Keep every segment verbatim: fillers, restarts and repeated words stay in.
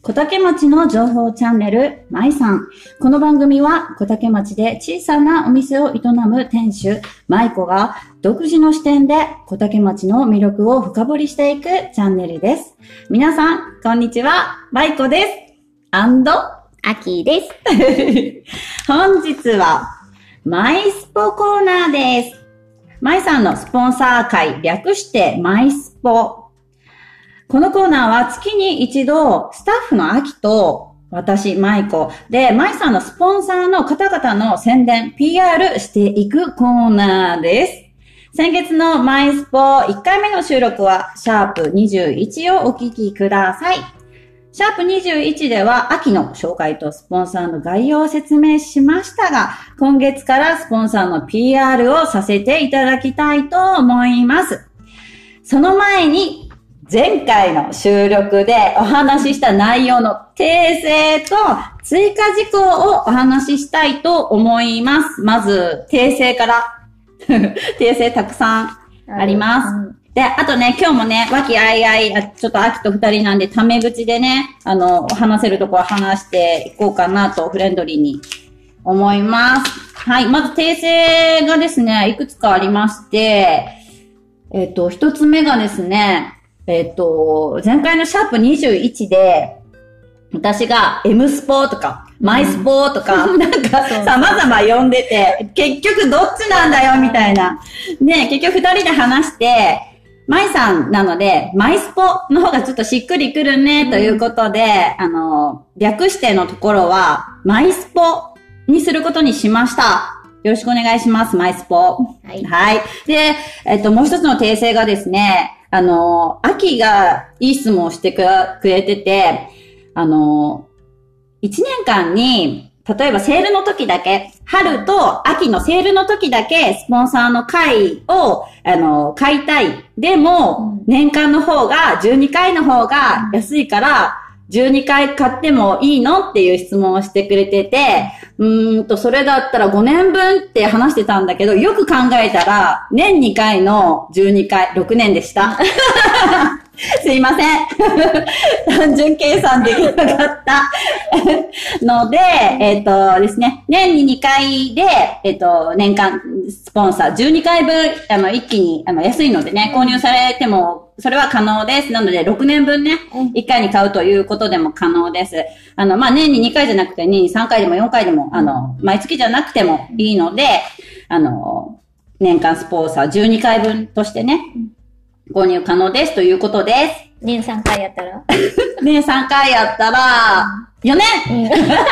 小竹町の情報チャンネル、まいさん。この番組は小竹町で小さなお店を営む店主、まいこが独自の視点で小竹町の魅力を深掘りしていくチャンネルです。皆さん、こんにちは、まいこです。アンド、 アキーです。 本日は、マイスポコーナーです。まいさんのスポンサー会、略してマイスポ。このコーナーは月に一度、スタッフのアキと私、マイコで、マイさんのスポンサーの方々の宣伝、ピーアール していくコーナーです。先月のマイスポいっかいめの収録は、シャープにじゅういちをお聞きください。シャープにじゅういちでは、秋の紹介とスポンサーの概要を説明しましたが、今月からスポンサーの ピーアール をさせていただきたいと思います。その前に、前回の収録でお話しした内容の訂正と追加事項をお話ししたいと思います。まず、訂正から。訂正たくさんあります。で、あとね、今日もね、和気あいあい、ちょっと秋と二人なんで、タメ口でね、あの、話せるところ話していこうかなと、フレンドリーに思います。はい、まず訂正がですね、いくつかありまして、えっと、一つ目がですね、えっと、前回のシャープにじゅういちで、私が M スポとか、マイスポとか、うん、なんか様々呼んでて、結局どっちなんだよみたいな。ね、結局二人で話して、マイさんなので、マイスポの方がちょっとしっくりくるね、ということで、うん、あの、略してのところは、マイスポにすることにしました。よろしくお願いします、マイスポ。 はい。 はい。で、えっと、もう一つの訂正がですね、あの、秋がいい質問をしてくれてて、あの、一年間に、例えばセールの時だけ、春と秋のセールの時だけ、スポンサーの会を、あの、買いたい。でも、年間の方が、じゅうにかいの方が安いから、じゅうにかい買ってもいいのっていう質問をしてくれてて、うーんと、それだったらごねんぶんって話してたんだけど、よく考えたら、年にかいのじゅうにかい、ろくねんでした。すいません。単純計算できなかったので、えっとですね、年ににかいで、えっと、年間スポンサーじゅうにかいぶん、あの、一気に、あの、安いのでね、購入されても、それは可能です。なので、ろくねんぶんね、いっかいに買うということでも可能です。あの、まあ、年ににかいじゃなくて、年にさんかいでもよんかいでも、あの、毎月じゃなくてもいいので、あの、年間スポンサーじゅうにかいぶんとしてね、購入可能ですということです。 年さんかいやったら年さんかいやったら、よねん、うん、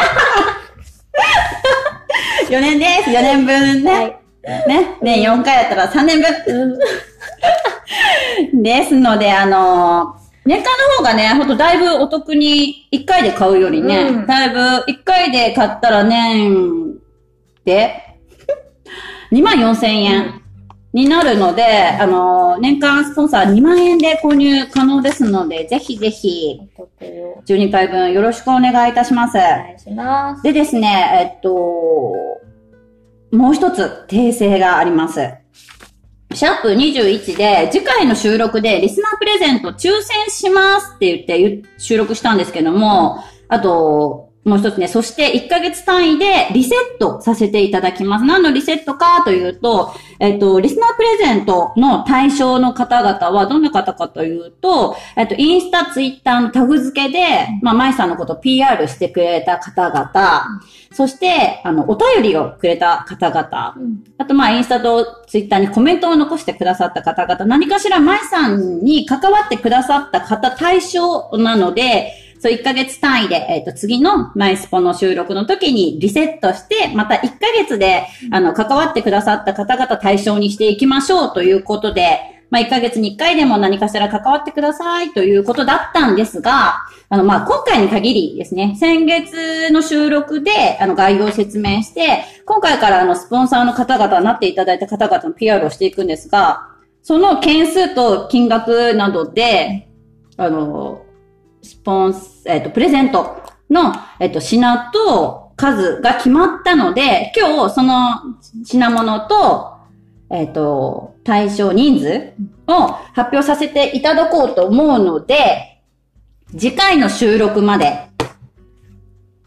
よねんです。よねんぶんね。はい、ね。年よんかいやったらさんねんぶん。うん、ですので、あのー、年間の方がね、ほんとだいぶお得にいっかいで買うよりね、うん、だいぶいっかいで買ったら年でにまんよんせんえん。うんになるので、あの、年間スポンサーにまんえんで購入可能ですので、ぜひぜひ、じゅうにかいぶんよろしくお願いいたします。お願いします。 でですね、えっと、もう一つ訂正があります。シャープにじゅういちで、次回の収録でリスナープレゼント抽選しますって言って収録したんですけども、あと、もう一つね、そしていっかげつ単位でリセットさせていただきます。何のリセットかというと、えっと、リスナープレゼントの対象の方々はどんな方かというと、えっと、インスタ、ツイッターのタグ付けで、まあ、マイさんのことを ピーアール してくれた方々、そして、あの、お便りをくれた方々、あと、まあ、インスタとツイッターにコメントを残してくださった方々、何かしらマイさんに関わってくださった方対象なので、そう、いっかげつ単位で、えっと、次のマイスポの収録の時にリセットして、またいっかげつで、あの、関わってくださった方々対象にしていきましょうということで、まあ、いっかげつにいっかいでも何かしら関わってくださいということだったんですが、あの、まあ、今回に限りですね、先月の収録で、あの、概要を説明して、今回からあの、スポンサーの方々になっていただいた方々の ピーアール をしていくんですが、その件数と金額などで、あの、スポンス、えっと、プレゼントの、えっと、品と数が決まったので、今日その品物と、えっと、対象人数を発表させていただこうと思うので、次回の収録まで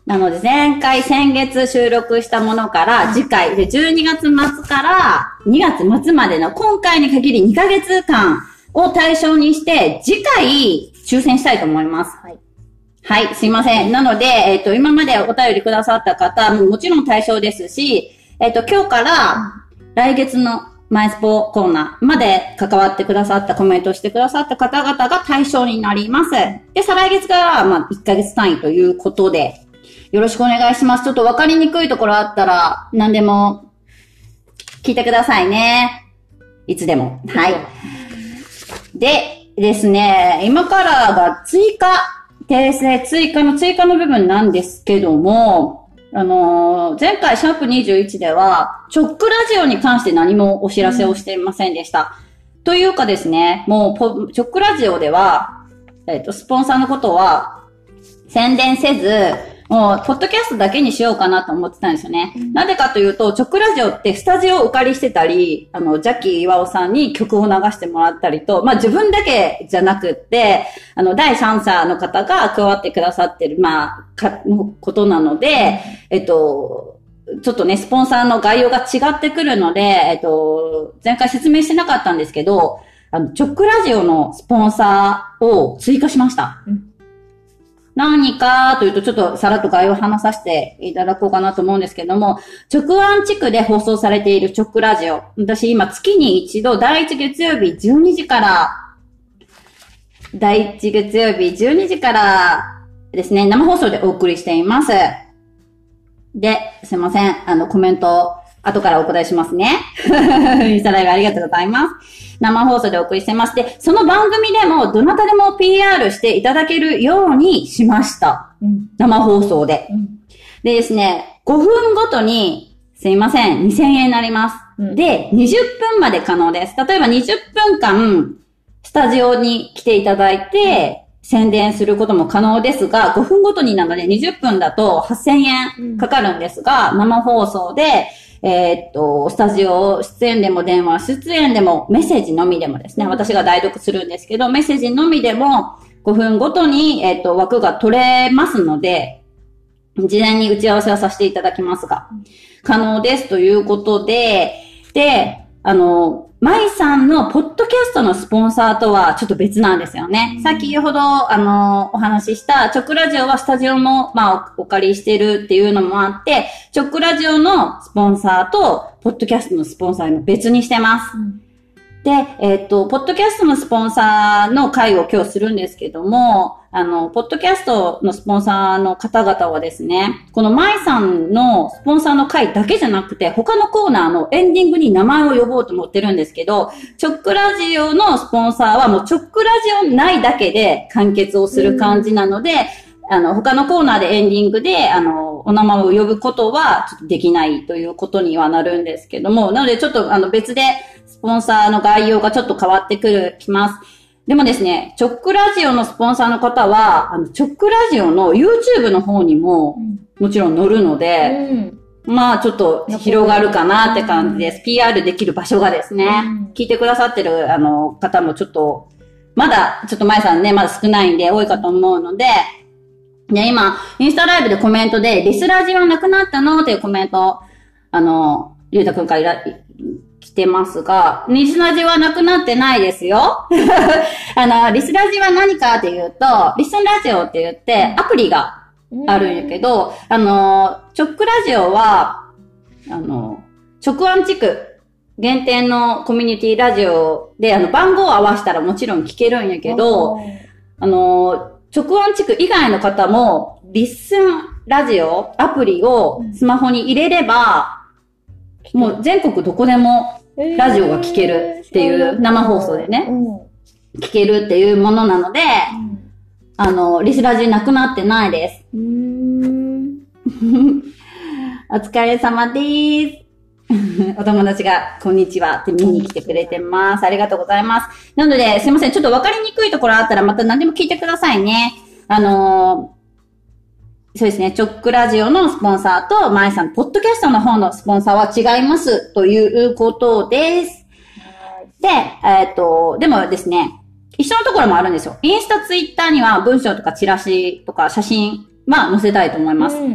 なので前回先月収録したものから次回でじゅうにがつまつからにがつまつまでの今回に限りにかげつかんを対象にして次回抽選したいと思います。はい。はい、すいません。なので、えっと、今までお便りくださった方ももちろん対象ですし、えっと、今日から来月のマイスポコーナーまで関わってくださった、コメントしてくださった方々が対象になります。で、再来月からは、まあ、いっかげつ単位ということで、よろしくお願いします。ちょっとわかりにくいところあったら、何でも聞いてくださいね。いつでも。はい。でですね、今からが追加、訂正追加の追加の部分なんですけども、あのー、前回シャープにじゅういちでは、チョックラジオに関して何もお知らせをしていませんでした。うん、というかですね、もうポ、チョックラジオでは、えっと、スポンサーのことは宣伝せず、もう、ポッドキャストだけにしようかなと思ってたんですよね。うん、なぜかというと、チョックラジオってスタジオをお借りしてたり、あの、ジャッキー岩尾さんに曲を流してもらったりと、まあ自分だけじゃなくって、あの、第三者の方が加わってくださってる、まあ、か、のことなので、えっと、ちょっとね、スポンサーの概要が違ってくるので、えっと、前回説明してなかったんですけど、あの、チョックラジオのスポンサーを追加しました。うん、何かというと、ちょっとさらっと概要を話させていただこうかなと思うんですけども、直案地区で放送されているチョックラジオ。私今月に一度、だいいち月曜日じゅうにじから、だいいち月曜日じゅうにじからですね、生放送でお送りしています。で、すいません。あの、コメント、後からお答えしますね。インスタライブありがとうございます。生放送でお送りしてます。で、その番組でもどなたでも ピーアール していただけるようにしました。うん、生放送で、うん。でですね、ごふんごとに、すいません、にせんえんになります。うん、で、にじゅっぷんまで可能です。例えばにじゅっぷんかん、スタジオに来ていただいて、うん、宣伝することも可能ですが、ごふんごとになのでにじゅっぷんだとはっせんえんかかるんですが、うん、生放送で、えー、っと、スタジオ出演でも電話出演でもメッセージのみでもですね、私が代読するんですけど、メッセージのみでもごふんごとに、えー、っと、枠が取れますので、事前に打ち合わせはさせていただきますが、可能ですということで、で、あの、舞さんのポッドキャストのスポンサーとはちょっと別なんですよね。先ほど、あの、お話ししたチョックラジオはスタジオも、まあ、お借りしてるっていうのもあって、チョックラジオのスポンサーと、ポッドキャストのスポンサーも別にしてます。うん、で、えっと、ポッドキャストのスポンサーの会を今日するんですけども、あの、ポッドキャストのスポンサーの方々はですね、この舞さんのスポンサーの会だけじゃなくて、他のコーナーのエンディングに名前を呼ぼうと思ってるんですけど、チョックラジオのスポンサーはもうチョックラジオ内だけで完結をする感じなので、あの、他のコーナーでエンディングで、あの、お名前を呼ぶことはちょっとできないということにはなるんですけども、なのでちょっとあの別でスポンサーの概要がちょっと変わってくる、きます。でもですね、チョックラジオのスポンサーの方は、あの、チョックラジオの YouTube の方にも、もちろん載るので、うん、まあちょっと広がるかなって感じです。ピーアール できる場所がですね、うん、聞いてくださってる、あの、方もちょっと、まだ、ちょっと前さんね、まだ少ないんで多いかと思うので、で、今、インスタライブでコメントで、リスラジはなくなったのっていうコメント、あの、りゅうたくんからいら、来てますが、リスラジはなくなってないですよ。あの、リスラジは何かっていうと、リスンラジオって言って、アプリがあるんやけど、あの、チョックラジオは、あの、直案地区限定のコミュニティラジオで、あの、番号を合わせたらもちろん聞けるんやけど、あの、直案地区以外の方も、リッスンラジオアプリをスマホに入れれば、もう全国どこでもラジオが聞けるっていう生放送でね、聞けるっていうものなので、あの、リスラジなくなってないです。うーんお疲れ様でーす。お友達が、こんにちはって見に来てくれてます。ありがとうございます。なので、すいません。ちょっと分かりにくいところあったらまた何でも聞いてくださいね。あのー、そうですね。チョックラジオのスポンサーと、まえさん、ポッドキャストの方のスポンサーは違いますということです。で、えっと、でもですね、一緒のところもあるんですよ。インスタ、ツイッターには文章とかチラシとか写真は載せたいと思います。うん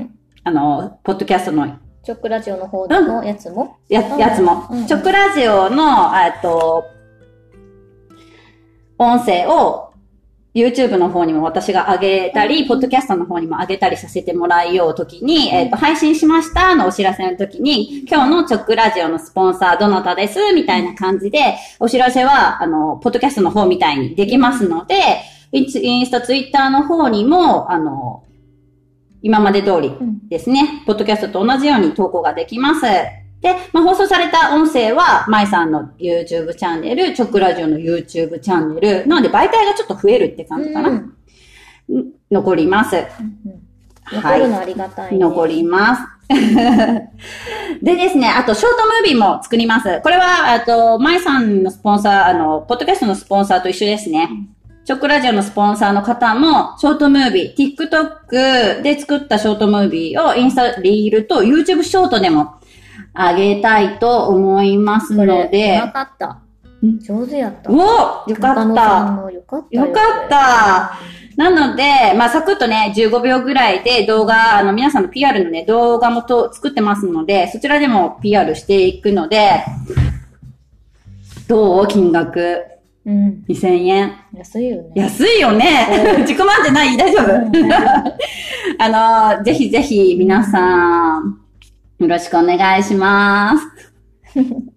あの、ポッドキャストのチョックラジオの方のやつも、 や、やつも、 うんうん、 チョックラジオの、えっと、音声を YouTube の方にも私が上げたり、うん、ポッドキャストの方にも上げたりさせてもらいようときに、うん、えっと、配信しましたのお知らせのときに、今日のチョックラジオのスポンサーどなたですみたいな感じで、お知らせは、あの、ポッドキャストの方みたいにできますので、インスタ、ツイッターの方にも、あの、今まで通りですね、うん、ポッドキャストと同じように投稿ができます。で、まあ、放送された音声は、まいさんの YouTube チャンネル、チョックラジオの YouTube チャンネル、なので媒体がちょっと増えるって感じかな。うん、残ります、 うんうん。残るのありがたい、ね。 残ります。でですね、あと、ショートムービーも作ります。これは、あと、まいさんのスポンサー、あの、ポッドキャストのスポンサーと一緒ですね。うん、チョックラジオのスポンサーの方も、ショートムービー、TikTok で作ったショートムービーをインスタリールと YouTube ショートでも上げたいと思いますので。 よかった。上手やった。 およかった。よかった。 よかった。なので、まあ、サクッとね、じゅうごびょうぐらいで動画、あの、皆さんの ピーアール のね、動画もと作ってますので、そちらでも ピーアール していくので、どう金額。 うん。 にせんえん。 安いよね。 安いよね。自己満じゃない大丈夫、うん、あの、ぜひぜひ皆さん、よろしくお願いします。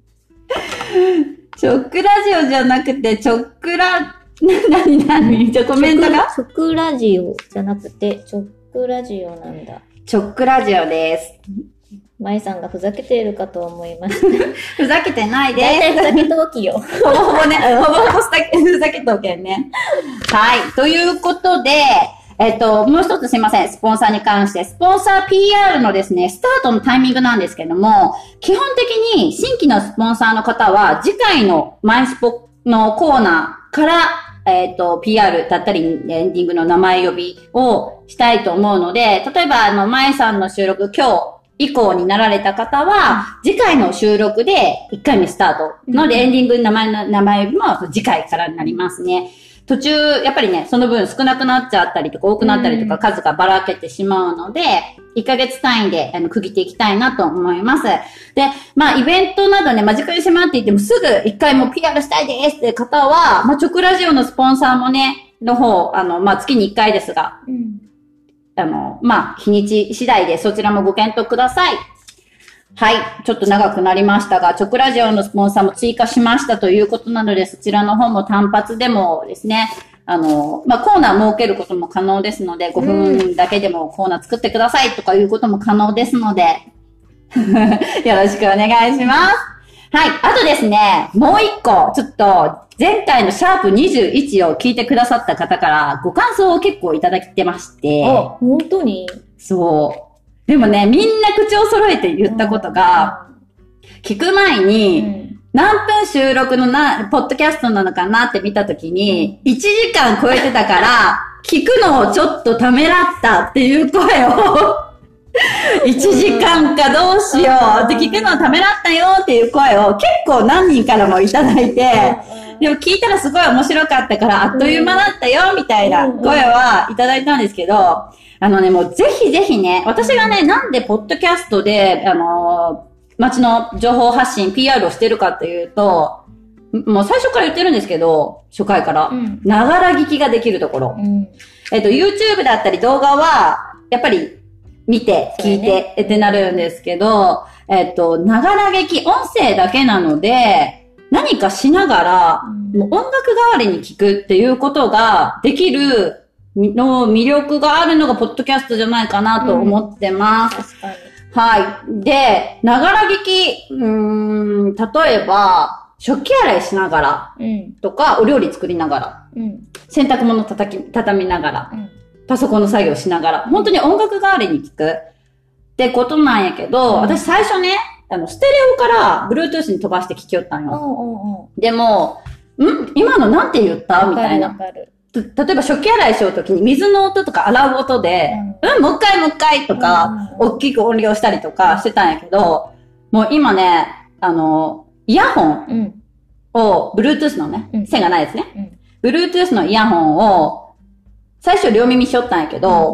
チョックラジオじゃなくて、チョックラ、なになにじゃコメントがチョックラジオじゃなくて、チョックラジオなんだ。 チョックラジオです。 まいさんがふざけているかと思いました。 ふざけてないです。 大体ふざけときよ。 ほぼほぼね、ほぼほぼふざけとけんね。はい。ということで、えっと、もう一つすいません。スポンサーに関して。スポンサー ピーアール のですね、スタートのタイミングなんですけども、基本的に新規のスポンサーの方は、次回のマイスポのコーナーから、えっと、ピーアール だったり、エンディングの名前呼びをしたいと思うので、例えば、あの、まいさんの収録、今日、以降になられた方は、次回の収録でいっかいめスタート。ので、エンディングの名前の、名前も次回からになりますね。途中、やっぱりね、その分少なくなっちゃったりとか、多くなったりとか、数がばらけてしまうので、いっかげつ単位で、あの、区切っていきたいなと思います。で、まあ、イベントなどね、間近に迫っていても、すぐいっかいも ピーアール したいですって方は、まあ、チョクラジオのスポンサーもね、の方、あの、まあ、月にいっかいですが、うんあの、まあ、日にち次第でそちらもご検討ください。はい。ちょっと長くなりましたが、チョクラジオのスポンサーも追加しましたということなので、そちらの方も単発でもですね、あの、まあ、コーナー設けることも可能ですので、ごふんだけでもコーナー作ってくださいとかいうことも可能ですので、よろしくお願いします。はい。あとですね、もう一個、ちょっと、前回のシャープにじゅういちを聞いてくださった方からご感想を結構いただいてまして。 あ、本当に？ そう。でもね、みんな口を揃えて言ったことが、聞く前に、うん、何分収録のな、ポッドキャストなのかなって見たときに、いちじかん超えてたから、聞くのをちょっとためらったっていう声を、いちじかんかどうしようって聞くのをためらったよっていう声を結構何人からもいただいて、でも聞いたらすごい面白かったからあっという間だったよみたいな声はいただいたんですけど、あのね、もうぜひぜひね、私がね、なんでポッドキャストで、あのー、街の情報発信、ピーアール をしてるかっていうと、もう最初から言ってるんですけど、初回から、ながら聞きができるところ。うん、えっと、YouTube だったり動画は、やっぱり、見て、聞いて、ってなるんですけど、えっと、ながら劇、音声だけなので、何かしながら、うん、もう音楽代わりに聞くっていうことができるの魅力があるのがポッドキャストじゃないかなと思ってます。 うん、確かに。 はい。で、ながら劇、うーん、例えば、食器洗いしながら、とか、うん、お料理作りながら、うん、洗濯物叩き、畳みながら、うんパソコンの作業しながら、本当に音楽代わりに聞くってことなんやけど、うん、私最初ね、あの、ステレオから Bluetooth に飛ばして聞きよったんよ。 うんうんうん、 でも、ん今のなんて言ったみたいな。 わかる例えば食器洗いしようときに水の音とか洗う音で、うん、うん、もう一回もう一回とか、うんうん、大きく音量したりとかしてたんやけど、もう今ね、あの、イヤホンを、Bluetooth のね、うん、線がないですね。うん、Bluetooth のイヤホンを、最初両耳しよったんやけど、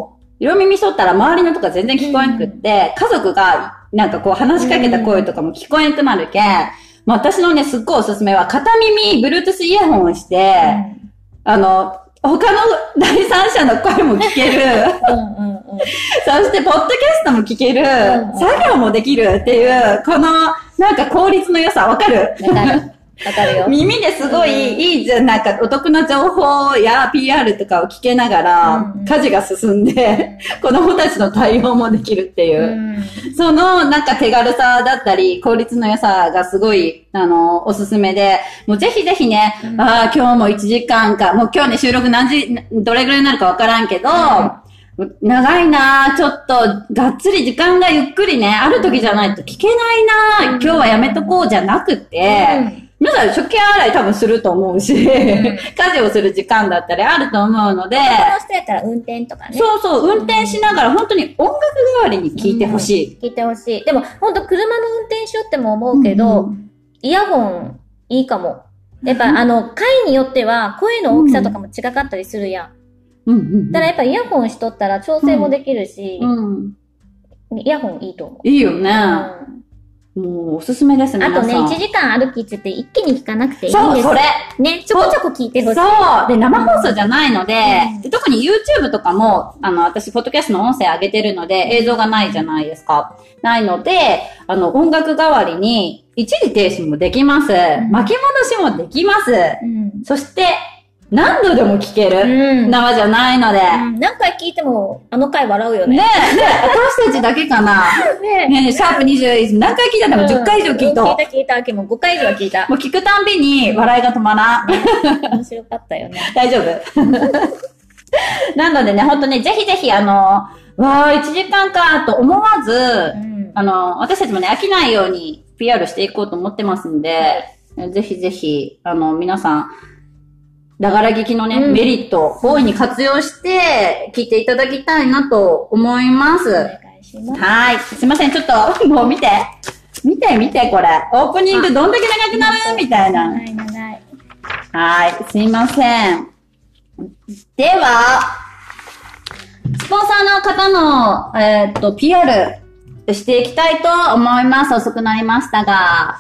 両耳しとったら周りのとか全然聞こえんくって、うん、家族がなんかこう話しかけた声とかも聞こえんくなるけん、まあ、私のね、すっごいおすすめは片耳、Bluetooth イヤホンをして、うん、あの、他の第三者の声も聞ける。うんうんうん、そして、ポッドキャストも聞ける。うんうん、作業もできるっていう、この、なんか効率の良さ、わかる？ わかる。わかるよ。 耳ですごいいい、なんかお得な情報や ピーアール とかを聞けながら、家事が進んで、子供たちの対応もできるっていう、そのなんか手軽さだったり、効率の良さがすごい、あの、おすすめで、もうぜひぜひね、ああ、今日もいちじかんか、もう今日ね、収録何時、どれぐらいになるかわからんけど、長いなぁ、ちょっと、がっつり時間がゆっくりね、ある時じゃないと聞けないなぁ、今日はやめとこうじゃなくて、皆さん食器洗い多分すると思うし、うん、家事をする時間だったりあると思うので、 この人やったら運転とかね。 そうそう、運転しながら本当に音楽代わりに聞いてほしい。 うん、聞いてほしい。でも本当車の運転しよっても思うけど、うん、イヤホンいいかも。やっぱ、うん、あの、回によっては声の大きさとかも違かったりするやん。うんうんうん、だからやっぱイヤホンしとったら調整もできるし、うんうん、イヤホンいいと思う。 いいよね。うんもう、おすすめですね。 あとね、いちじかん歩きって言って一気に聞かなくていいんですよ。 そう、それ。 ね、ちょこちょこ聞いてほしい。 そう。で、生放送じゃないので、うん、で特に YouTube とかも、あの、私、ポッドキャストの音声上げてるので、映像がないじゃないですか。ないので、あの、音楽代わりに、一時停止もできます。うん、巻き戻しもできます。うん、そして、何度でも聞ける、うん、生じゃないので、うん。 何回聞いても、あの回笑うよね。 ねえ、ねえ、私たちだけかな。ねえ、ねえ、シャープにじゅう、何回聞いたの？ じゅっ 回以上聞いた。 聞いた聞いた。もうごかい以上は聞いた。 もう聞くたんびに笑いが止まらん。ね、 面白かったよね。 大丈夫なのでね、ほんとね、ぜひぜひ、あの、わー、いちじかんかと思わず、うん、あの、私たちもね、飽きないように ピーアール していこうと思ってますんで、はい、ぜひぜひ、あの、皆さん、ながら聞きのね、うん、メリットを大いに活用して聞いていただきたいなと思います。お願いします。 はい。すいません、ちょっと、もう見て。見て見て、これ。オープニングどんだけ長くなるみたいな。 長い長い。 はい。すいません。では、スポンサーの方の、えー、っと、ピーアール していきたいと思います。遅くなりましたが。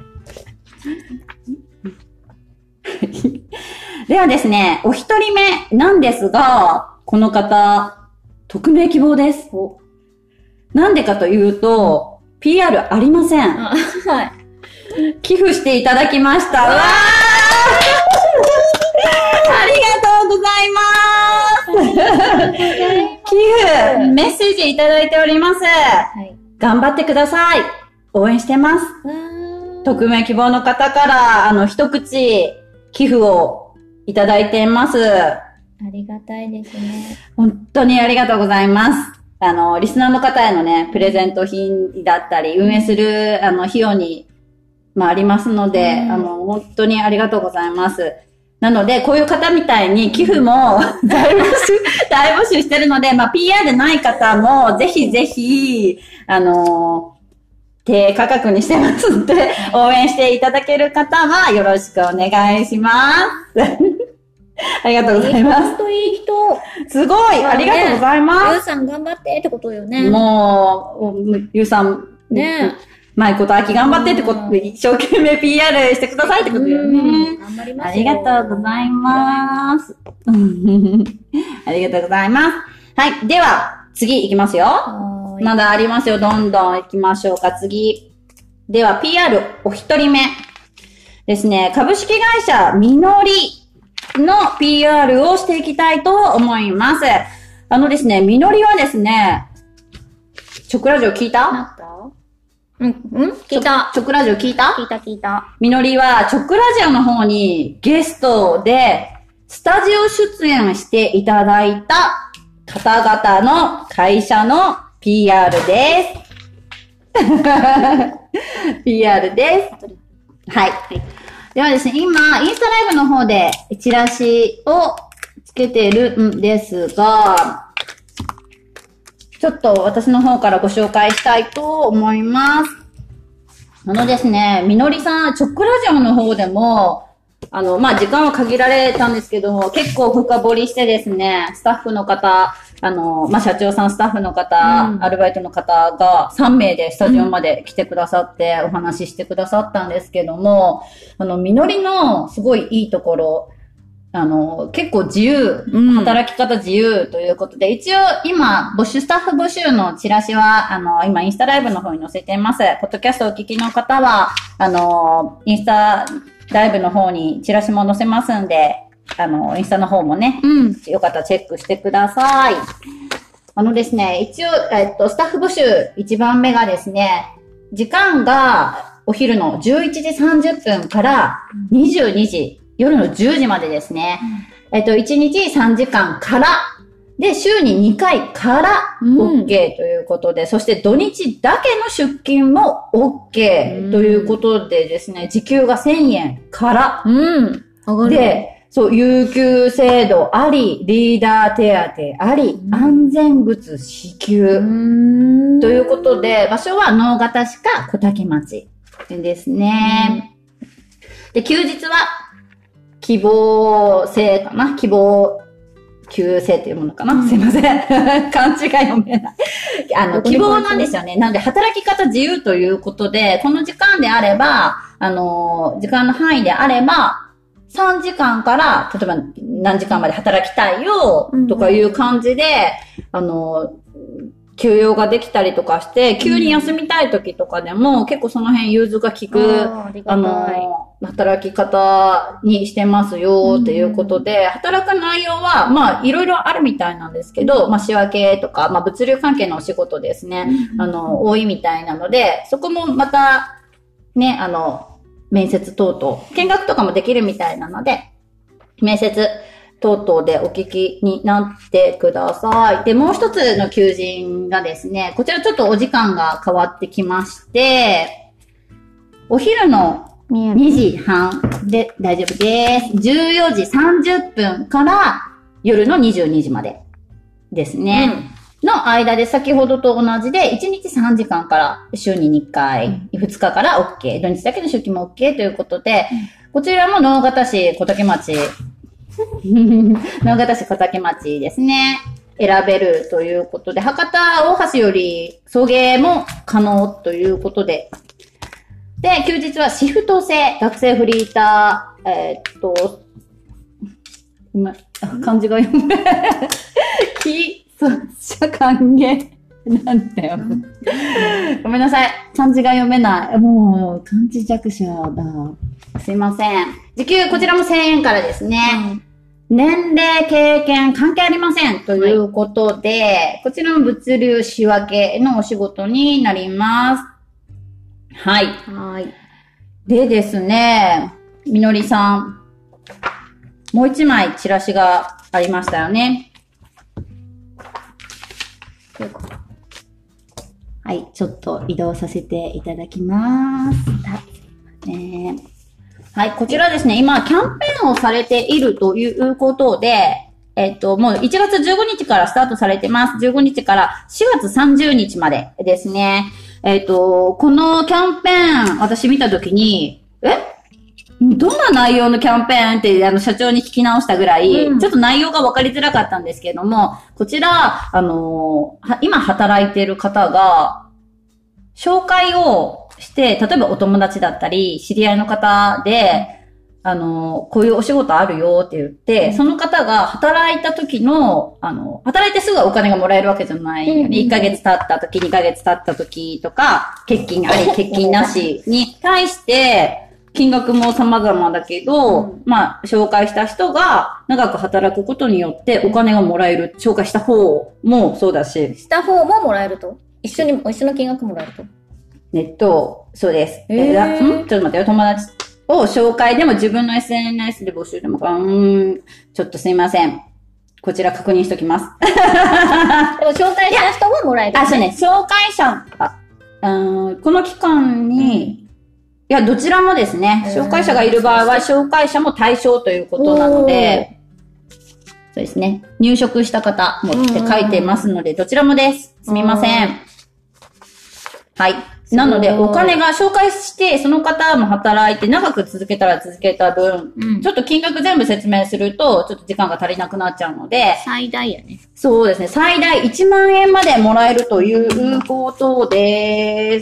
ではですね、お一人目なんですが、この方、匿名希望です。なんでかというと、ピーアール ありません。はい。寄付していただきました。うわーありがとうございます。寄付、メッセージいただいております。はい、頑張ってください。応援してます。匿名希望の方から、あの、一口、寄付をいただいています。 ありがたいですね。 本当にありがとうございます。あの、リスナーの方へのね、プレゼント品だったり、運営する、あの、費用に、まあ、ありますので、うん、あの、本当にありがとうございます。なので、こういう方みたいに寄付も大募集、大募集してるので、まあ、ピーアール でない方も、ぜひぜひ、あの、低価格にしてますので、応援していただける方はよろしくお願いします。ありがとうございます。 本当いい人。 すごい、ありがとうございます。 ゆうさん頑張ってってことよね。 もう、ゆうさん、ねまいことあき頑張ってってことで、一生懸命 ピーアール してくださいってことよね。 頑張ります。 ありがとうございます。ありがとうございます。はい。では、次行きますよ。まだありますよ。どんどん行きましょうか。次。では、ピーアール お一人目ですね。株式会社みのりの ピーアール をしていきたいと思います。あのですね、みのりはですね、チョクラジオ聞いた？ なったうん、うん聞いた。 チョクラジオ聞いた？ 聞いた聞いた。 みのりは、チョクラジオの方にゲストで、スタジオ出演していただいた方々の会社の ピーアール です。ピーアール です。はい。ではですね、今、インスタライブの方でチラシをつけてるんですが、ちょっと私の方からご紹介したいと思います。あのですね、みのりさん、チョックラジオの方でも、 あの、まあ、時間は限られたんですけども、結構深掘りしてですね、スタッフの方、あの、まあ、社長さん、スタッフの方、うん、アルバイトの方がさんめいでスタジオまで来てくださってお話ししてくださったんですけども、あの、みのりのすごいいいところ、あの、結構自由、働き方自由ということで、うん、一応今、募集、スタッフ募集のチラシは、あの、今インスタライブの方に載せています。ポッドキャストをお聞きの方は、あの、インスタライブの方にチラシも載せますんで、あの、インスタの方もね、うん、よかったらチェックしてください。あのですね、一応、えっと、スタッフ募集いちばんめがですね、時間がお昼のじゅういちじさんじゅっぷんからにじゅうにじ、夜のじゅうじまでですね。うん、えっと、いちにちさんじかんから、で、週ににかいから OK ということで、うん、そして土日だけの出勤も OK ということでですね、時給がせんえんから、うん、上がる。で、そう、有給制度あり、リーダー手当あり、うん、安全靴支給ということで、場所は直方市か小竹町ですね。うん、で、休日は、希望制かな希望休制っていうものかな、うん、すいません。勘違い読めない。あの、希望なんですよね。なので、働き方自由ということで、この時間であれば、あの、時間の範囲であれば、さんじかんから、例えば何時間まで働きたいよ、とかいう感じで、うんうん、あの、休養ができたりとかして、急に休みたい時とかでも、うん、結構その辺融通が効く、あ, あの、働き方にしてますよっていうことで、うん、働く内容は、まあ、いろいろあるみたいなんですけど、まあ、仕分けとか、まあ、物流関係のお仕事ですね、うん、あの、多いみたいなので、そこもまた、ね、あの、面接等々、見学とかもできるみたいなので、面接、等々でお聞きになってください。で、もう一つの求人がですね、こちらちょっとお時間が変わってきまして、お昼のにじはんで大丈夫です。じゅうよじさんじゅっぷんから夜のにじゅうにじまでですね。うん、の間で先ほどと同じでいちにちさんじかんから週ににかい、うん、ふつかから OK、土日だけの出勤も OK ということで、うん、こちらも直方市小竹町、直方市小竹町ですね。選べるということで、博多大橋より送迎も可能ということで。で、休日はシフト制、学生フリーター、えー、っと、今、漢字が読め、き、そっちゃ歓迎。なんだよ。ごめんなさい。漢字が読めない。もう、漢字弱者だ。すいません。時給、こちらもせんえんからですね。うん年齢、経験、関係ありません。ということで、はい、こちらの物流仕分けのお仕事になります。はい。はい。でですね、みのりさん、もう一枚チラシがありましたよね。はい、ちょっと移動させていただきます。えーはい、こちらですね、今、キャンペーンをされているということで、えっと、もういちがつじゅうごにちからスタートされてます。じゅうごにちからしがつさんじゅうにちまでですね。えっと、このキャンペーン、私見たときに、えどんな内容のキャンペーンって、あの、社長に聞き直したぐらい、うん、ちょっと内容が分かりづらかったんですけれども、こちら、あの、今働いている方が、紹介をして、例えばお友達だったり、知り合いの方で、あの、こういうお仕事あるよって言って、その方が働いた時の、あの、働いてすぐお金がもらえるわけじゃないよね。いっかげつ経った時、にかげつ経った時とか、欠勤あり、欠勤なしに対して、金額も様々だけど、うん、まあ、紹介した人が長く働くことによってお金がもらえる。紹介した方もそうだし。 した方ももらえると一緒に、一緒の金額もらえるとネット、そうです。えー、んちょっと待ってよ、友達を紹介でも自分の エスエヌエス で募集でもか、うーん、ちょっとすいません。こちら確認しときます。でも紹介した人ももらえる、 ね。あ、そうね、紹介者、あ、うん、この期間に、うん、いや、どちらもですね、紹介者がいる場合は、紹介者も対象ということなので、そうですね、入職した方もって書いてますので、どちらもです。すみません。はい。 なので、お金が紹介して、その方も働いて、長く続けたら続けた分、うん、ちょっと金額全部説明すると、ちょっと時間が足りなくなっちゃうので、 最大やね。 そうですね。最大いちまんえんまでもらえるということです。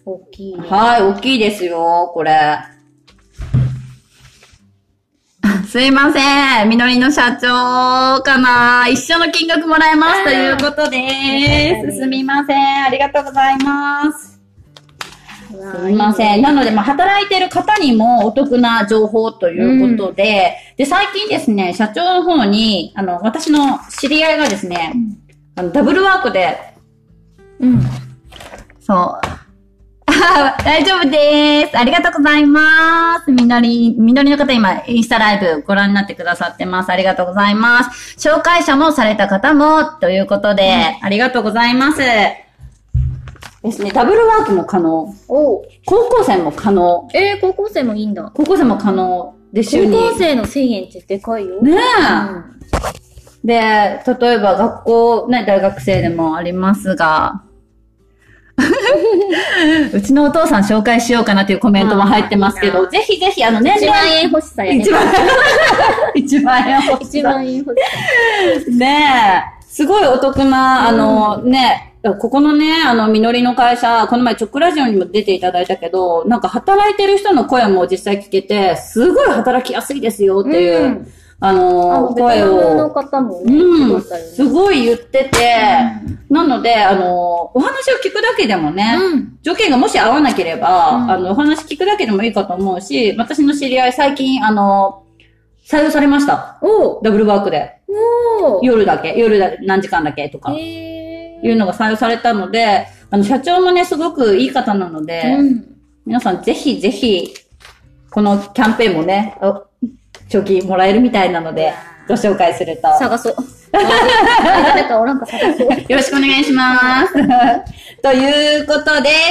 大きい、ね。 はい、大きいですよ、これ。すいません。みのりの社長かな。一緒の金額もらえますということです。すみません。ありがとうございます。すみません。なので、まあ、働いてる方にもお得な情報ということで、うん、で、最近ですね、社長の方に、あの、私の知り合いがですね、うん、あの、ダブルワークで、うん。そう。大丈夫です。ありがとうございます。みのり、みのりの方今、インスタライブご覧になってくださってます。ありがとうございます。紹介者もされた方も、ということで、うん、ありがとうございます。ですね、ダブルワークも可能。お高校生も可能。 えー、高校生もいいんだ。 高校生も可能で、週に。 高校生のせんえんってでかいよ。 ねえ、うん。で、例えば学校、ね、大学生でもありますが、うちのお父さん紹介しようかなというコメントも入ってますけど、ぜひぜひ、あの、年齢。いちまんえん欲しさやね。 いちまんえん。いちまんえん欲しさ。 いちまんえん欲しさ。 ねえ。すごいお得な、あの、うん、ね、ここのね、あの、みのりの会社、この前、チョックラジオにも出ていただいたけど、なんか働いてる人の声も実際聞けて、すごい働きやすいですよっていう、うん、あの、あの声を。 ベトナムの方もね、 うん、すごい言ってて、うん、なので、あの、お話を聞くだけでもね、うん、条件がもし合わなければ、うん、あの、お話聞くだけでもいいかと思うし、私の知り合い最近、あの、採用されました。おダブルワークで。お夜だけ、夜だ何時間だけとか。いうのが採用されたので、あの、社長もね、すごくいい方なので、うん、皆さんぜひぜひ、このキャンペーンもね、賞金もらえるみたいなので、ご紹介すると。 探そう。誰かおらんか探そう。よろしくお願いします。ということです。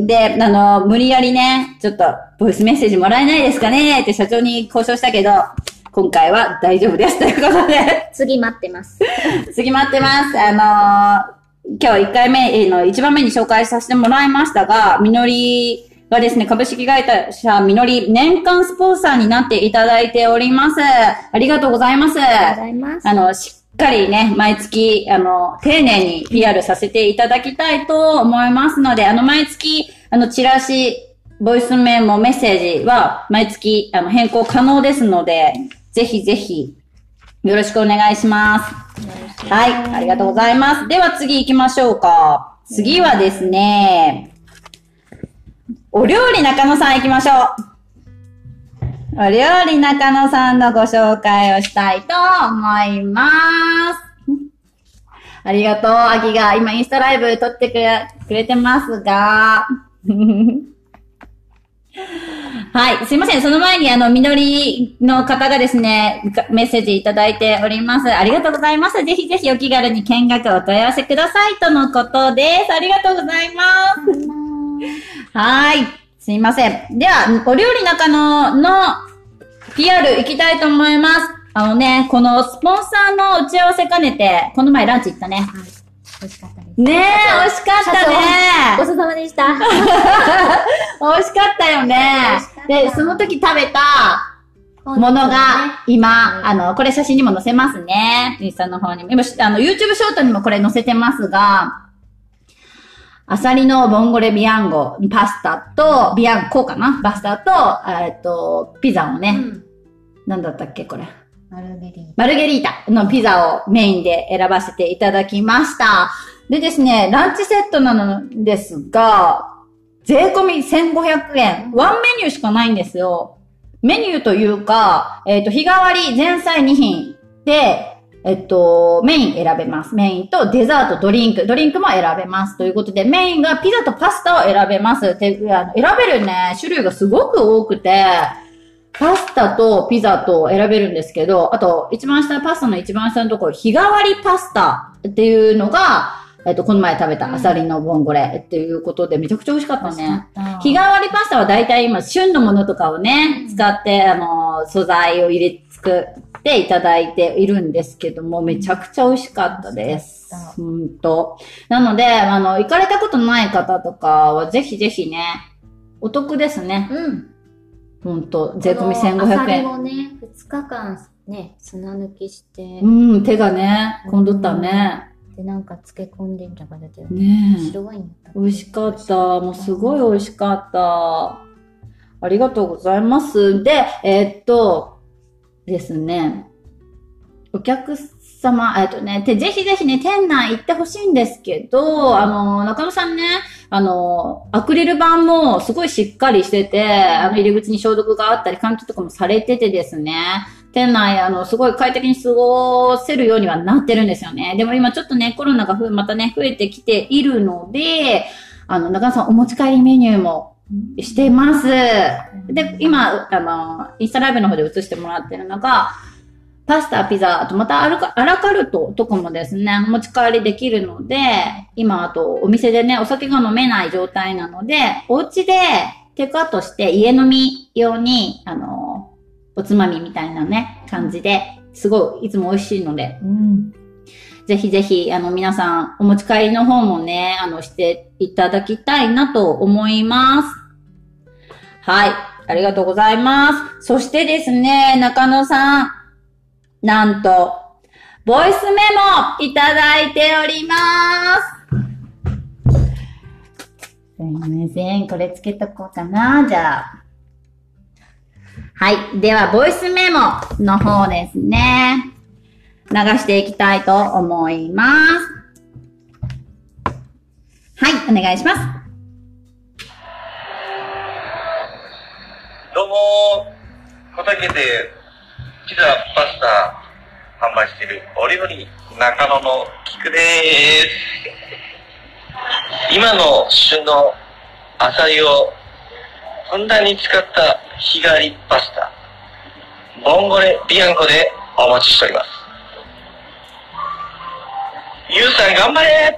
で、あの、無理やりね、ちょっと、ボイスメッセージもらえないですかねって社長に交渉したけど、今回は大丈夫です。ということで。 次待ってます。 次待ってます。あのー、今日いっかいめのいちばんめに紹介させてもらいましたが、みのりがですね、株式会社みのり年間スポンサーになっていただいております。ありがとうございます。 ありがとうございます。 あの、しっかりね、毎月、あの、丁寧に ピーアール させていただきたいと思いますので、あの、毎月、あの、チラシ、ボイスメモ、メッセージは毎月、あの、変更可能ですので、ぜひぜひ、よろしくお願いします。はい、ありがとうございます。では次行きましょうか。次はですね、お料理中野さん行きましょう。お料理中野さんのご紹介をしたいと思います。ありがとう、アギが今インスタライブ撮ってくれ、くれてますが、はい。すいません。その前に、あの、みのりの方がですね、メッセージいただいております。ありがとうございます。ぜひぜひお気軽に見学お問い合わせくださいとのことです。ありがとうございます。はい。すいません。では、お料理中野の ピーアール 行きたいと思います。あのね、このスポンサーの打ち合わせ兼ねて、この前ランチ行ったね。はい。 美味しかったです。 ねえ、美味しかったね。 ごちそうさまでした。 美味しかったよね。で、その時食べたものが今、あの、これ写真にも載せますね。インスタの方にも。今、あの、YouTube ショートにもこれ載せてますが、アサリのボンゴレビアンゴ、パスタと、ビアンコかなパスタと、えっと、ピザをね、うん、なんだったっけこれ。 マルゲリータ。 マルゲリータのピザをメインで選ばせていただきました。でですね、ランチセットなのですが、税込みせんごひゃくえん。ワンメニューしかないんですよ。メニューというか、えっと、日替わり前菜に品で、えっと、メイン選べます。メインとデザート、ドリンク。ドリンクも選べます。ということで、メインがピザとパスタを選べます。で、あの選べるね、種類がすごく多くて、パスタとピザと選べるんですけど、あと、一番下、パスタの一番下のところ、日替わりパスタっていうのが、えっと、この前食べたアサリのボンゴレっていうことで、めちゃくちゃ美味しかったね。日替わりパスタは大体今、旬のものとかをね、使って、あの、素材を入れつく、 っていただいているんですけども、めちゃくちゃ美味しかったです。ほんと。なので、あの、行かれたことない方とかは、ぜひぜひね、お得ですね。 うん。 ほんと、税込みせんごひゃくえん。 アサリをね、ふつかかんね、砂抜きして。 うん、手がね、込んどったね。 で、なんか漬け込んでみた感じだよね。 ね。白ワイン美味しかった。もうすごい美味しかった。ありがとうございます。で、えー、っと、ですね。お客様、えっとね、ぜひぜひね、店内行ってほしいんですけど、あの、中野さんね、あの、アクリル板もすごいしっかりしてて、あの、入り口に消毒があったり、換気とかもされててですね、店内、あの、すごい快適に過ごせるようにはなってるんですよね。でも今ちょっとね、コロナがふまたね、増えてきているので、あの、中野さんお持ち帰りメニューもしてます。で、今、あの、インスタライブの方で映してもらってるのが、パスタ、ピザ、あとまたアラアラカルトとかもですね、持ち帰りできるので、今あとお店でね、お酒が飲めない状態なので、お家でテイクアウトして家飲み用に、あの、おつまみみたいなね、感じで、すごいいつも美味しいので、うん、ぜひぜひ、あの、皆さん、お持ち帰りの方もね、あの、していただきたいなと思います。はい。ありがとうございます。そしてですね、中野さん、なんと、ボイスメモいただいております。すいません。これつけとこうかな。じゃあ。はい。では、ボイスメモの方ですね。流していきたいと思います。はい。お願いします。 どうも、畑でピザ、パスタ販売しているお料理中野の菊です。今の旬のアサリをふんだんに使った日替わりパスタ、ボンゴレビアンコでお待ちしております。ゆうさん頑張れ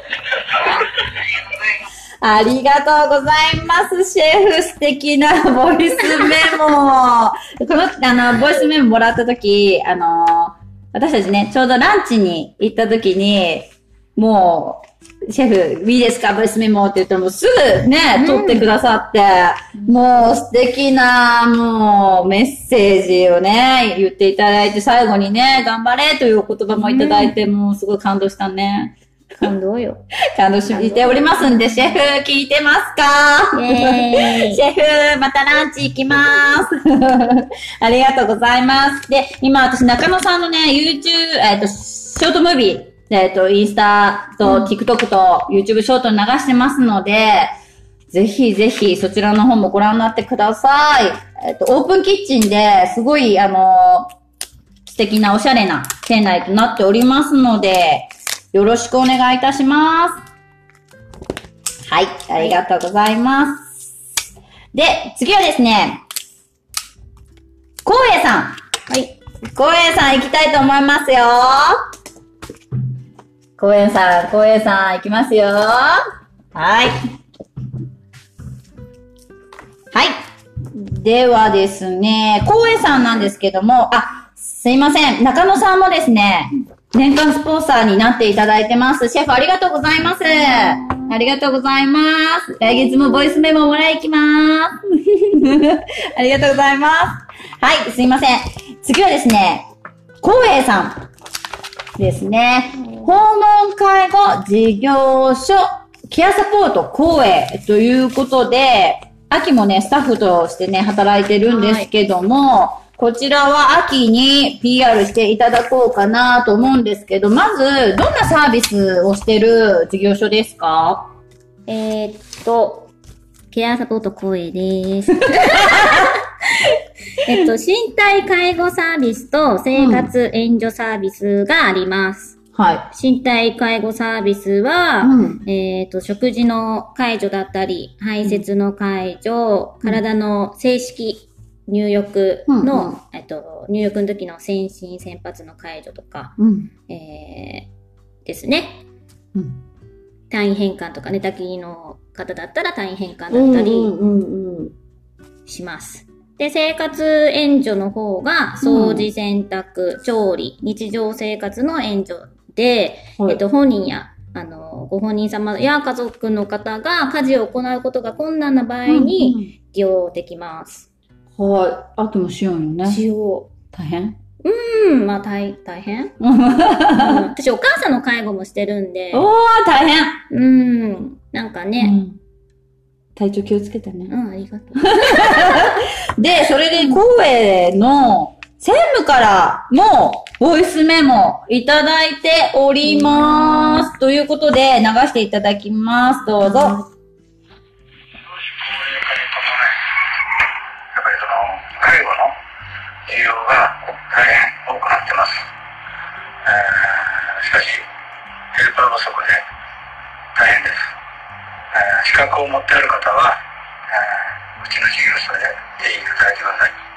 ありがとうございます、シェフ。素敵なボイスメモ。この、あの、ボイスメモもらったとき、あの、私たちね、ちょうどランチに行ったときに、もう、シェフ、いいですかボイスメモって言ったらもうすぐね、撮ってくださって、うん、もう素敵な、もう、メッセージをね、言っていただいて、最後にね、頑張れという言葉もいただいて、うん、もうすごい感動したね。 感動よ。 感動しておりますんで、シェフ、聞いてますか？イェーイシェフ、またランチ行きます。ありがとうございます。で、今私、中野さんのね、YouTube、えっと、ショートムービー、えっと、インスタと TikTok と YouTube ショートに流してますので、ぜひぜひそちらの方もご覧になってください。えっと、オープンキッチンですごい、あの、素敵なおしゃれな店内となっておりますので、よろしくお願いいたします。はい、ありがとうございます。で、次はですね、光栄さん。はい。光栄さん行きたいと思いますよ。光栄さん、光栄さん行きますよ。はい。はい。ではですね、光栄さんなんですけども、あ、すいません。中野さんもですね、年間スポンサーになっていただいてます。シェフありがとうございます。ありがとうございます。来月もボイスメモもらいに行きます。ありがとうございます。はい、すいません。次はですね、光栄さんですね。訪問介護事業所ケアサポート光栄ということで、秋もね、スタッフとしてね、働いてるんですけども、はい、こちらは秋に ピーアール していただこうかなと思うんですけど、まず、どんなサービスをしてる事業所ですか？ えー、っと、ケアサポート光栄です。えっと、身体介護サービスと生活援助サービスがあります。 うん、はい。 身体介護サービスは、うん、えっと、食事の介助だったり、排泄の介助、うん、体の正式、入浴の、うんうん、えっと、入浴の時の先進先発の介助とか、うん、えー、ですね。うん、単位変換とか寝たきりの方だったら単位変換だったりします。 で、生活援助の方が、掃除、洗濯、調理、日常生活の援助で、はい、えっと、本人や、あの、ご本人様や家族の方が家事を行うことが困難な場合に利用できます。 うんうん、はい。あともしようよね。 しよう。 大変うん、まあ大、大変、うん、私、お母さんの介護もしてるんで。 おー、大変うん、なんかね。うん、 体調気をつけてね。 うん、ありがとう。で、それで、声の専務からも、ボイスメモいただいております。ということで、流していただきます。どうぞ。うん需要が大変多くなってます。えー、しかし、ヘルパー不足で大変です。えー、資格を持っている方は、えー、うちの事業所でぜひ働いて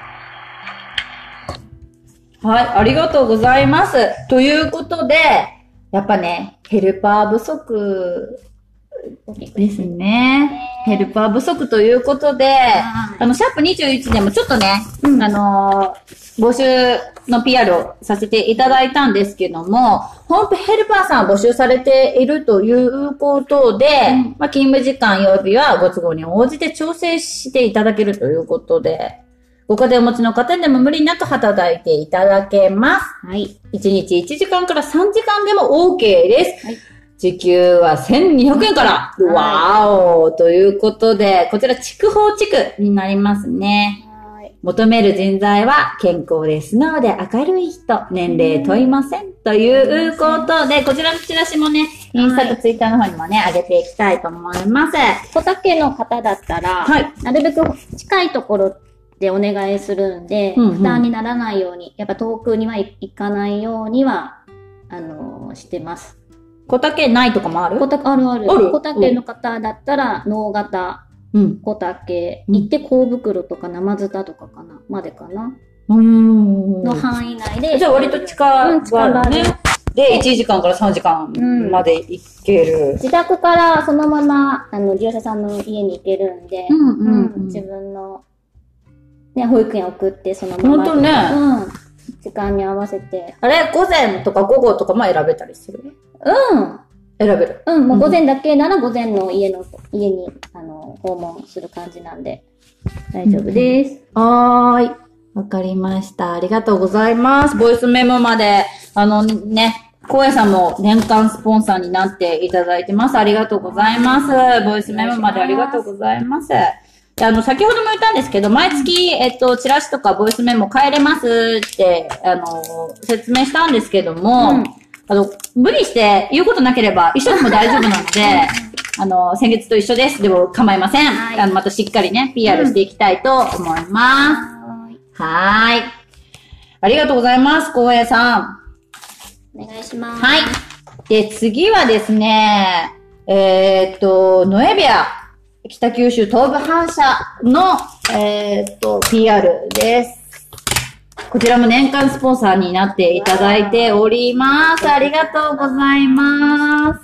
ください。 はい、ありがとうございます。ということで、やっぱね、ヘルパー不足ですね。ヘルパー不足ということで、あの、シャープにじゅういちでもちょっとね、うん、あのー、募集の ピーアール をさせていただいたんですけども、ホームヘルパーさんを募集されているということで、うん、まあ、勤務時間及びはご都合に応じて調整していただけるということで、ご家庭をお持ちの方でも無理なく働いていただけます。はい。いちにちいちじかんからさんじかんでも OK です。はい。時給はせんにひゃくえんから。はい、わーおということで、こちら筑豊地区になりますね。はい、求める人材は健康で素直で明るい人、年齢問いません。ということで、こちらのチラシもね、インスタとツイッターの方にもね、上げていきたいと思います。 小竹の方だったら、はい、なるべく近いところでお願いするんで、うんうん、負担にならないように、やっぱ遠くには行かないようには、あのー、してます。 小竹ないとかもある？ 小竹、あるある。ある？小竹の方だったら、能型、うん、小竹、行って甲袋とか生ズタとかかな、までかな。うーん。の範囲内で。 じゃあ割と近い、うん、近場ね。で、いちじかんからさんじかんまで行ける。うん、 自宅からそのまま、あの、利用者さんの家に行けるんで、うんうんうんうん、自分の、ね、保育園送ってそのまま。 ほんとね。 うん。時間に合わせて。 あれ午前とか午後とかも選べたりする？ うん。 選べる。 うん、もう午前だけなら午前の家の、家に、あの、訪問する感じなんで、大丈夫です。 うん、はーい。わかりました。ありがとうございます。ボイスメモまで、あのね、光栄さんも年間スポンサーになっていただいてます。ありがとうございます。ボイスメモまでありがとうございます。あの、先ほども言ったんですけど、毎月、えっと、チラシとかボイスメモ変えれますって、あの、説明したんですけども、うん、あの、無理して言うことなければ一緒でも大丈夫なので、あの、先月と一緒です。でも構いません。はい、あの、またしっかりね、ピーアール していきたいと思います。うん、はーい。ありがとうございます、光栄さん。 お願いします。 はい。で、次はですね、えー、っと、ノエビア。北九州東部反射の、えー、っと、ピーアール です。こちらも年間スポンサーになっていただいております。ありがとうございます。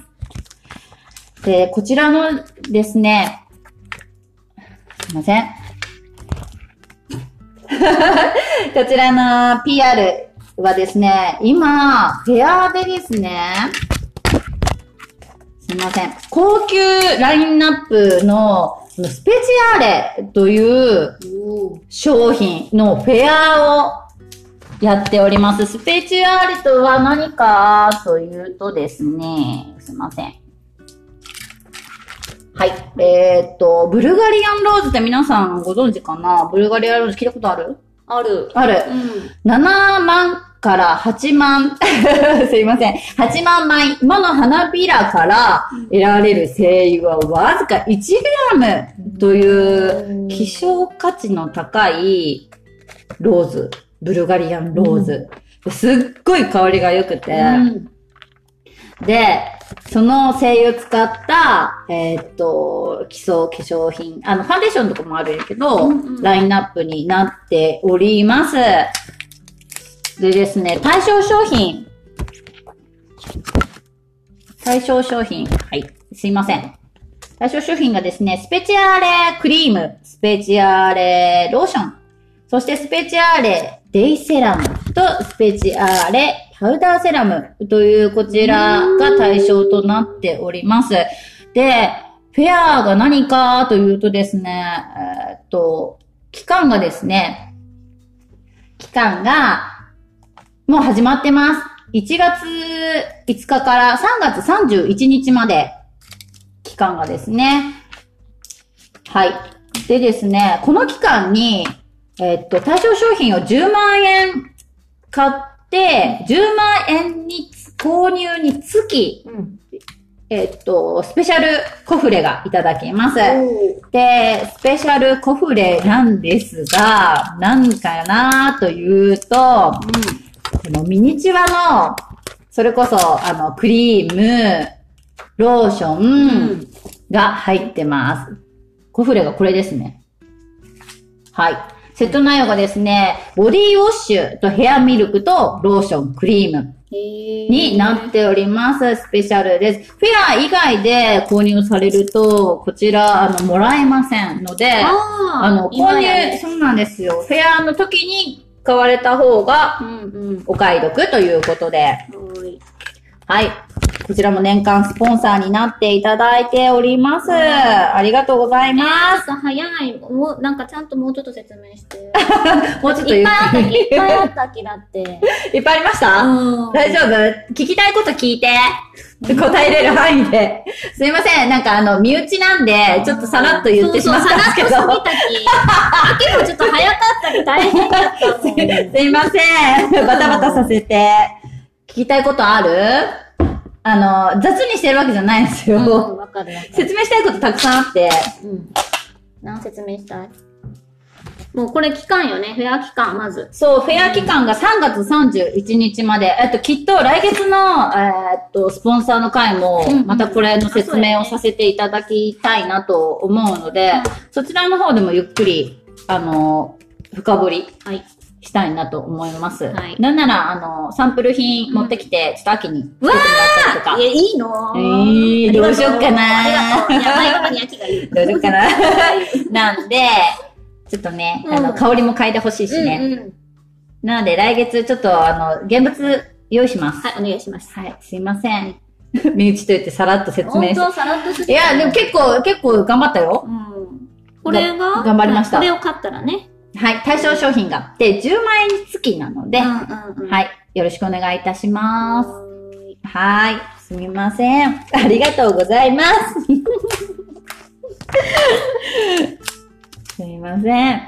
で、こちらのですね、すいません。こちらの ピーアール はですね、今、フェアでですね、すみません。高級ラインナップのスペチアーレという商品のフェアをやっております。スペチアーレとは何かというとですね、すみません。はい。えー、っと、ブルガリアンローズって皆さんご存知かな？ブルガリアンローズ聞いたことある？ ある。 ある。うん、ななまんからはちまん、すいません。はちまんまい。今の花びらから得られる精油はわずかいちグラムという希少価値の高いローズ。ブルガリアンローズ。うん、すっごい香りが良くて。うん、で、その精油を使った、えー、っと、基礎化粧品、あの、ファンデーションとかもあるんやけど、うんうん、ラインナップになっております。でですね、対象商品。対象商品。はい。すいません。対象商品がですね、スペチアーレクリーム、スペチアーレローション、 そしてスペチアーレデイセラムとスペチアーレパウダーセラムというこちらが対象となっております。で、フェアが何かというとですね、えー、っと、期間がですね、期間がもう始まってます。いちがついつかからさんがつさんじゅういちにちまで期間がですね。はい。でですね、この期間に、えー、っと、対象商品をじゅうまんえん買って、じゅうまんえんに購入につき、うん、えー、っと、スペシャルコフレがいただけます。で、スペシャルコフレなんですが、何かなというと、うん、このミニチュアの、それこそ、あの、クリーム、ローションが入ってます。コフレがこれですね。はい。セット内容がですね、ボディウォッシュとヘアミルクとローション、クリームになっております。スペシャルです。フェア以外で購入されると、こちら、あの、もらえませんので、あ, あの、購入、そうなんですよ。フェアの時に買われた方が、お買い得ということで、うんうん、はい。こちらも年間スポンサーになっていただいております。ありがとうございます。 早い。もう、なんかちゃんともうちょっと説明して。 もうちょっといっぱいあったき、いっぱいあったきだって。 いっぱいありました？大丈夫？聞きたいこと聞いて。答えれる範囲で。すいません。なんかあの、身内なんで、ちょっとさらっと言ってしまったんですけど。そうそう、さらっと過ぎたき。結構ちょっと早かったき大変だったもん。すいません。バタバタさせて。聞きたいことある？あの、雑にしてるわけじゃないんですよ。うん、わかるわかる。説明したいことたくさんあって。うん。 何説明したい？もうこれ期間よね。フェア期間、まず。 そう、フェア期間がさんがつさんじゅういちにちまで。えっと、きっと来月の、えー、っと、スポンサーの回も、またこれの説明をさせていただきたいなと思うので、うん、そちらの方でもゆっくり、あの、深掘り。はい。したいなと思います。はい。なんなら、あの、サンプル品持ってきて、うん、ちょっと秋に作ってもらったりとか。 いや、いいのえー、どうしよっかなありがとう。いや、前側に秋がいい。 どうしよっかななんで、ちょっとね、うん、あの、香りも嗅いでほしいしね。うんうん、なので、来月ちょっと、あの、現物用意します。 はい、お願いします。 はい、すいません。身内と言ってさらっと説明して。 本当さらっと説明。 いや、でも結構、結構頑張ったよ。うん。 これが頑張りました。 これを買ったらね。 はい。対象商品があってじゅうまんえんにつきなので、うんうんうん、はい。よろしくお願いいたします。はい。すみません。ありがとうございます。すみません。